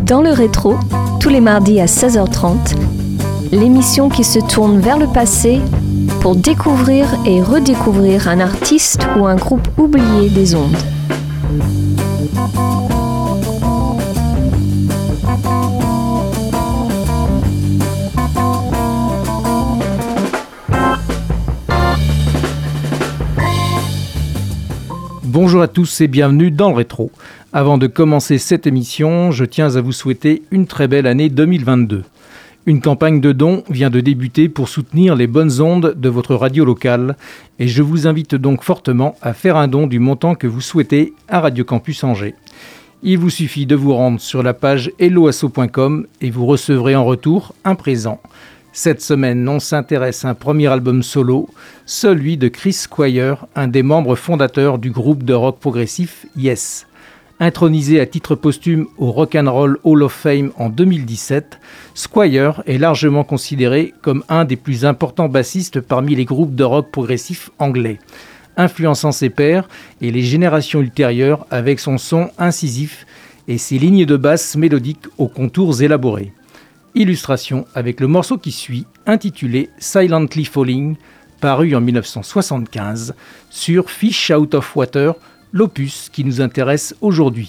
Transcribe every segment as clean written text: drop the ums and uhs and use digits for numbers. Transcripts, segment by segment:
Dans le rétro, tous les mardis à 16h30, l'émission qui se tourne vers le passé pour découvrir et redécouvrir un artiste ou un groupe oublié des ondes. Bonjour à tous et bienvenue dans le rétro. Avant de commencer cette émission, je tiens à vous souhaiter une très belle année 2022. Une campagne de dons vient de débuter pour soutenir les bonnes ondes de votre radio locale et je vous invite donc fortement à faire un don du montant que vous souhaitez à Radio Campus Angers. Il vous suffit de vous rendre sur la page helloasso.com et vous recevrez en retour un présent. Cette semaine, on s'intéresse à un premier album solo, celui de Chris Squire, un des membres fondateurs du groupe de rock progressif Yes. Intronisé à titre posthume au Rock and Roll Hall of Fame en 2017, Squire est largement considéré comme un des plus importants bassistes parmi les groupes de rock progressif anglais, influençant ses pairs et les générations ultérieures avec son son incisif et ses lignes de basse mélodiques aux contours élaborés. Illustration avec le morceau qui suit, intitulé Silently Falling, paru en 1975 sur Fish Out of Water, l'opus qui nous intéresse aujourd'hui.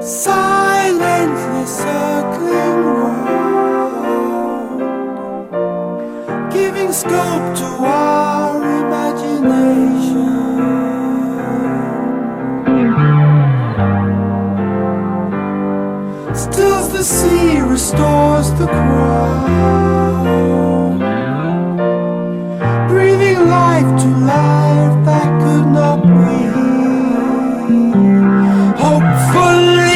silently circling round, giving scope to our imagination. Stills the sea, restores the ground, breathing life to life that could not breathe. Hopefully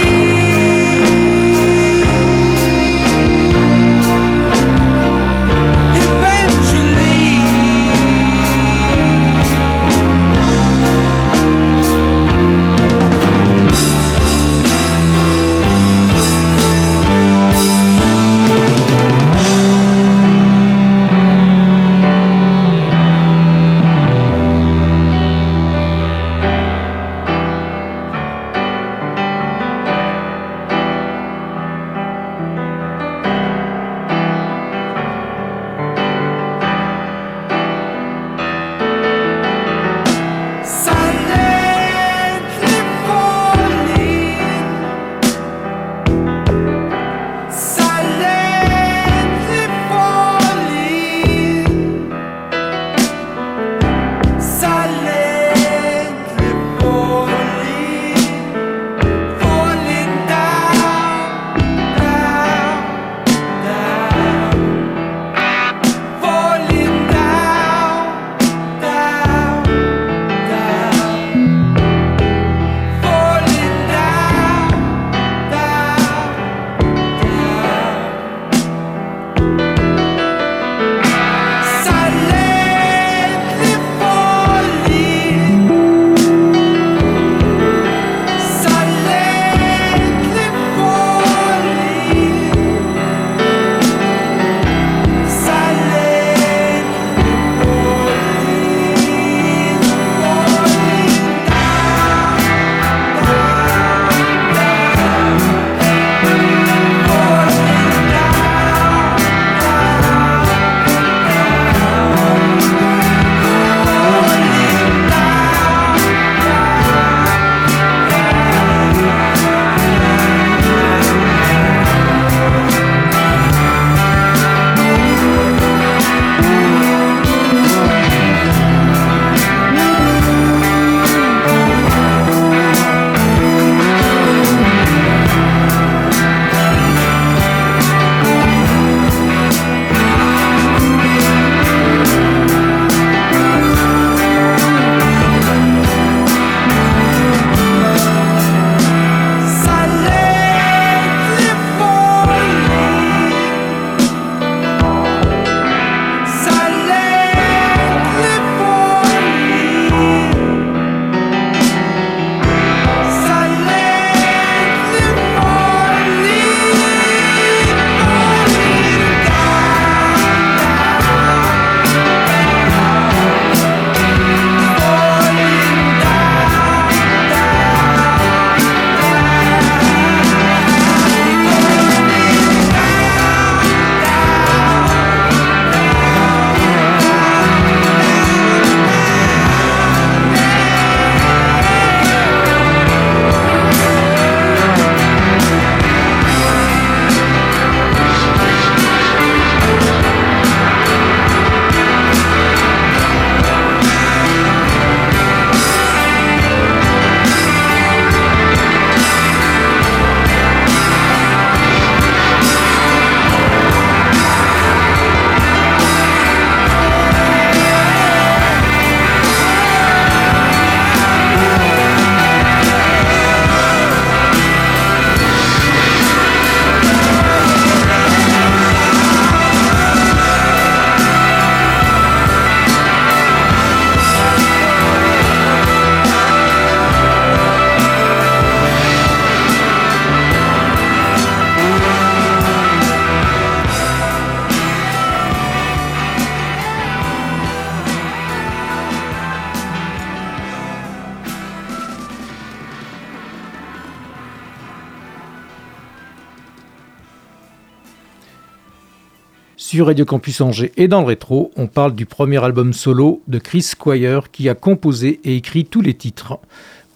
Sur Radio Campus Angers et dans le rétro, on parle du premier album solo de Chris Squire qui a composé et écrit tous les titres.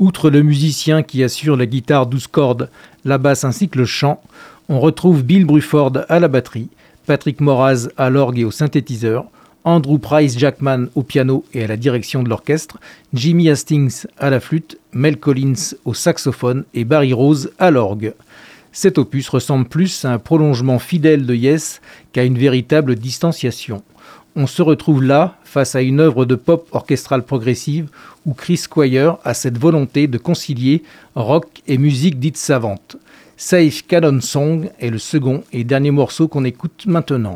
Outre le musicien qui assure la guitare 12 cordes, la basse ainsi que le chant, on retrouve Bill Bruford à la batterie, Patrick Moraz à l'orgue et au synthétiseur, Andrew Price Jackman au piano et à la direction de l'orchestre, Jimmy Hastings à la flûte, Mel Collins au saxophone et Barry Rose à l'orgue. Cet opus ressemble plus à un prolongement fidèle de Yes qu'à une véritable distanciation. On se retrouve là face à une œuvre de pop orchestrale progressive où Chris Squire a cette volonté de concilier rock et musique dite savante. Safe Cannon Song est le second et dernier morceau qu'on écoute maintenant.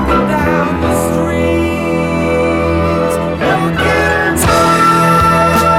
Down the street, looking tired.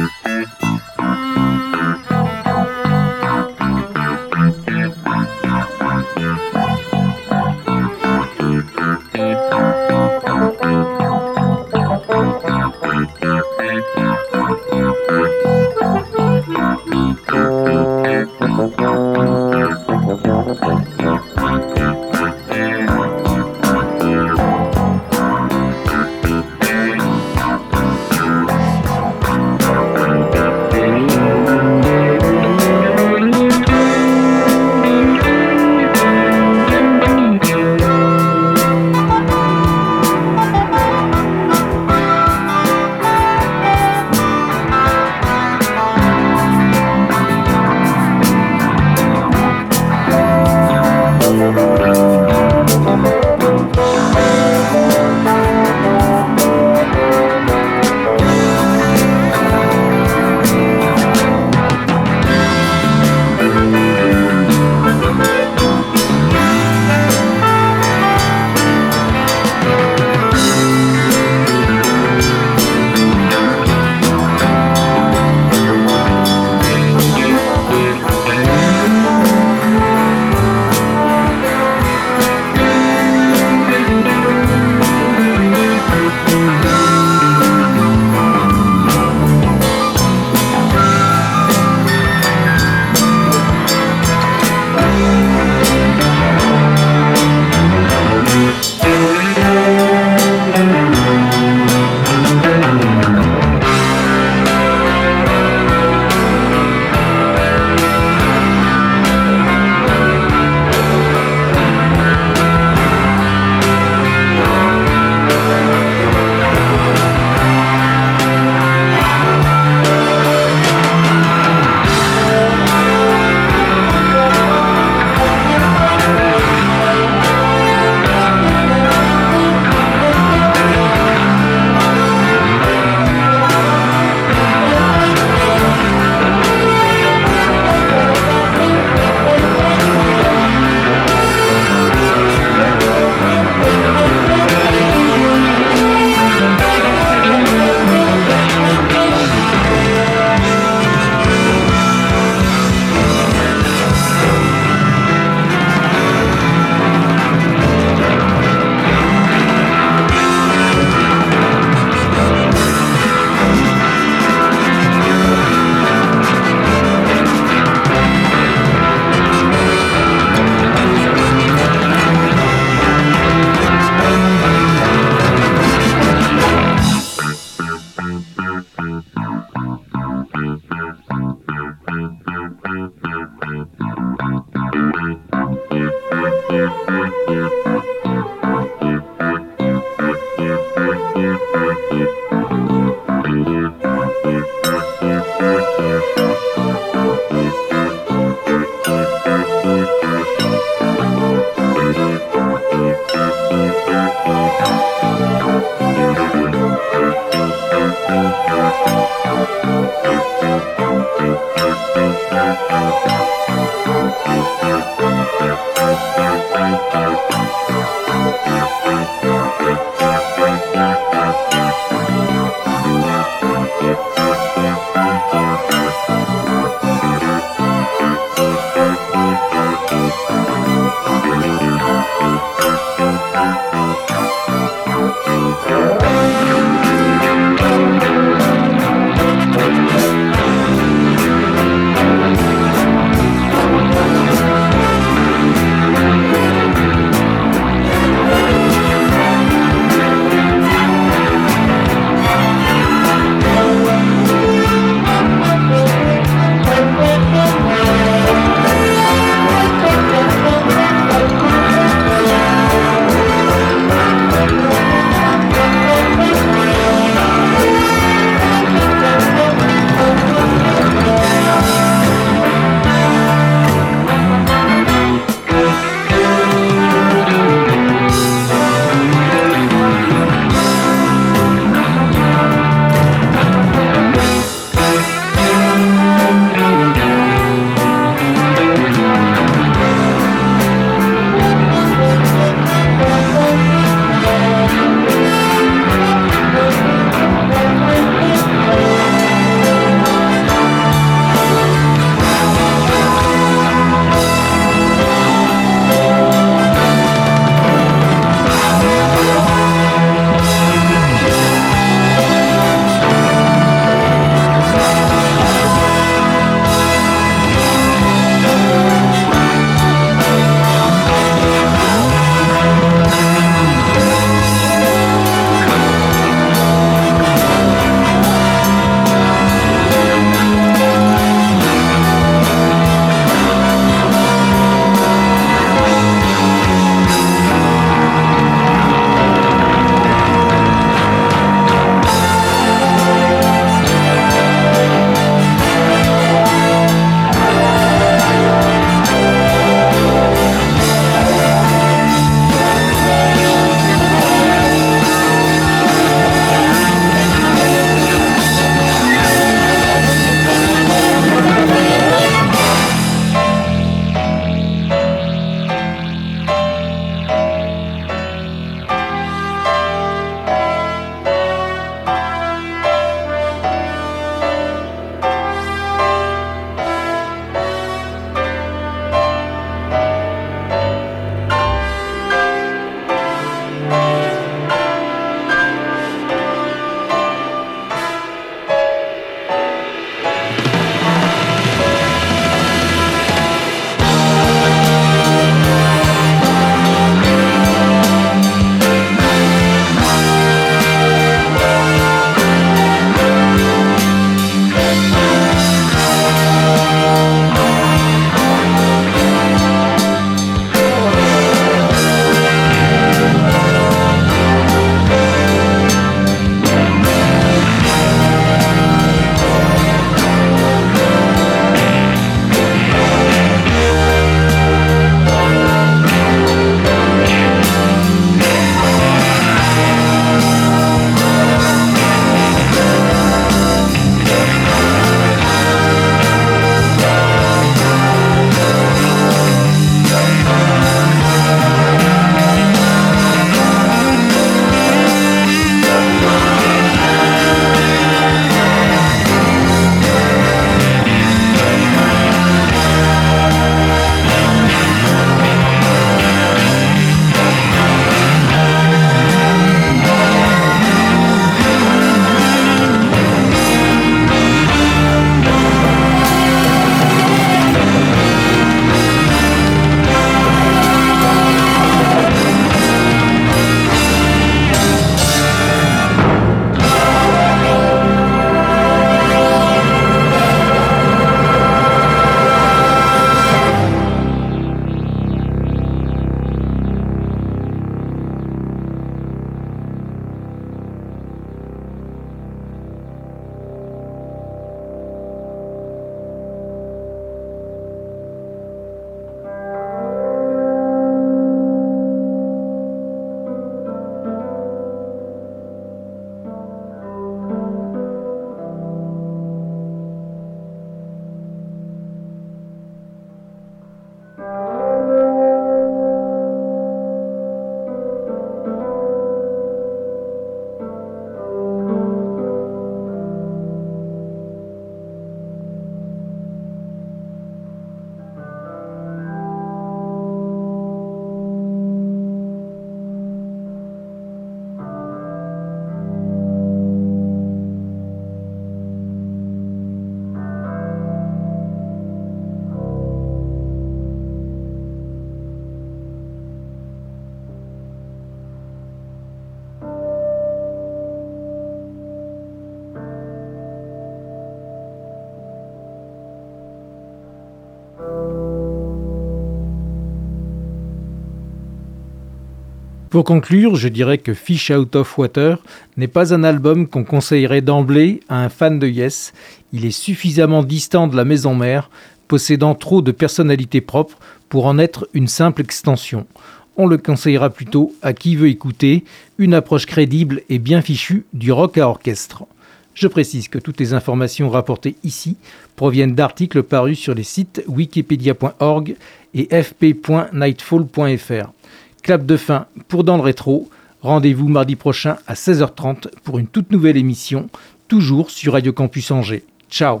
Pour conclure, je dirais que Fish Out of Water n'est pas un album qu'on conseillerait d'emblée à un fan de Yes. Il est suffisamment distant de la maison mère, possédant trop de personnalité propre pour en être une simple extension. On le conseillera plutôt à qui veut écouter une approche crédible et bien fichue du rock à orchestre. Je précise que toutes les informations rapportées ici proviennent d'articles parus sur les sites wikipedia.org et fp.nightfall.fr. Clap de fin pour Dans le Rétro. Rendez-vous mardi prochain à 16h30 pour une toute nouvelle émission, toujours sur Radio Campus Angers. Ciao.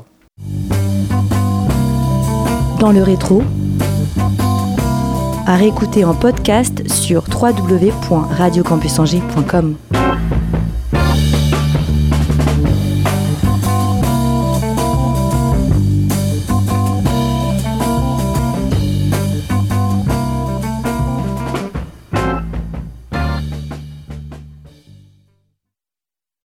Dans le Rétro, à réécouter en podcast sur www.radiocampusangers.com.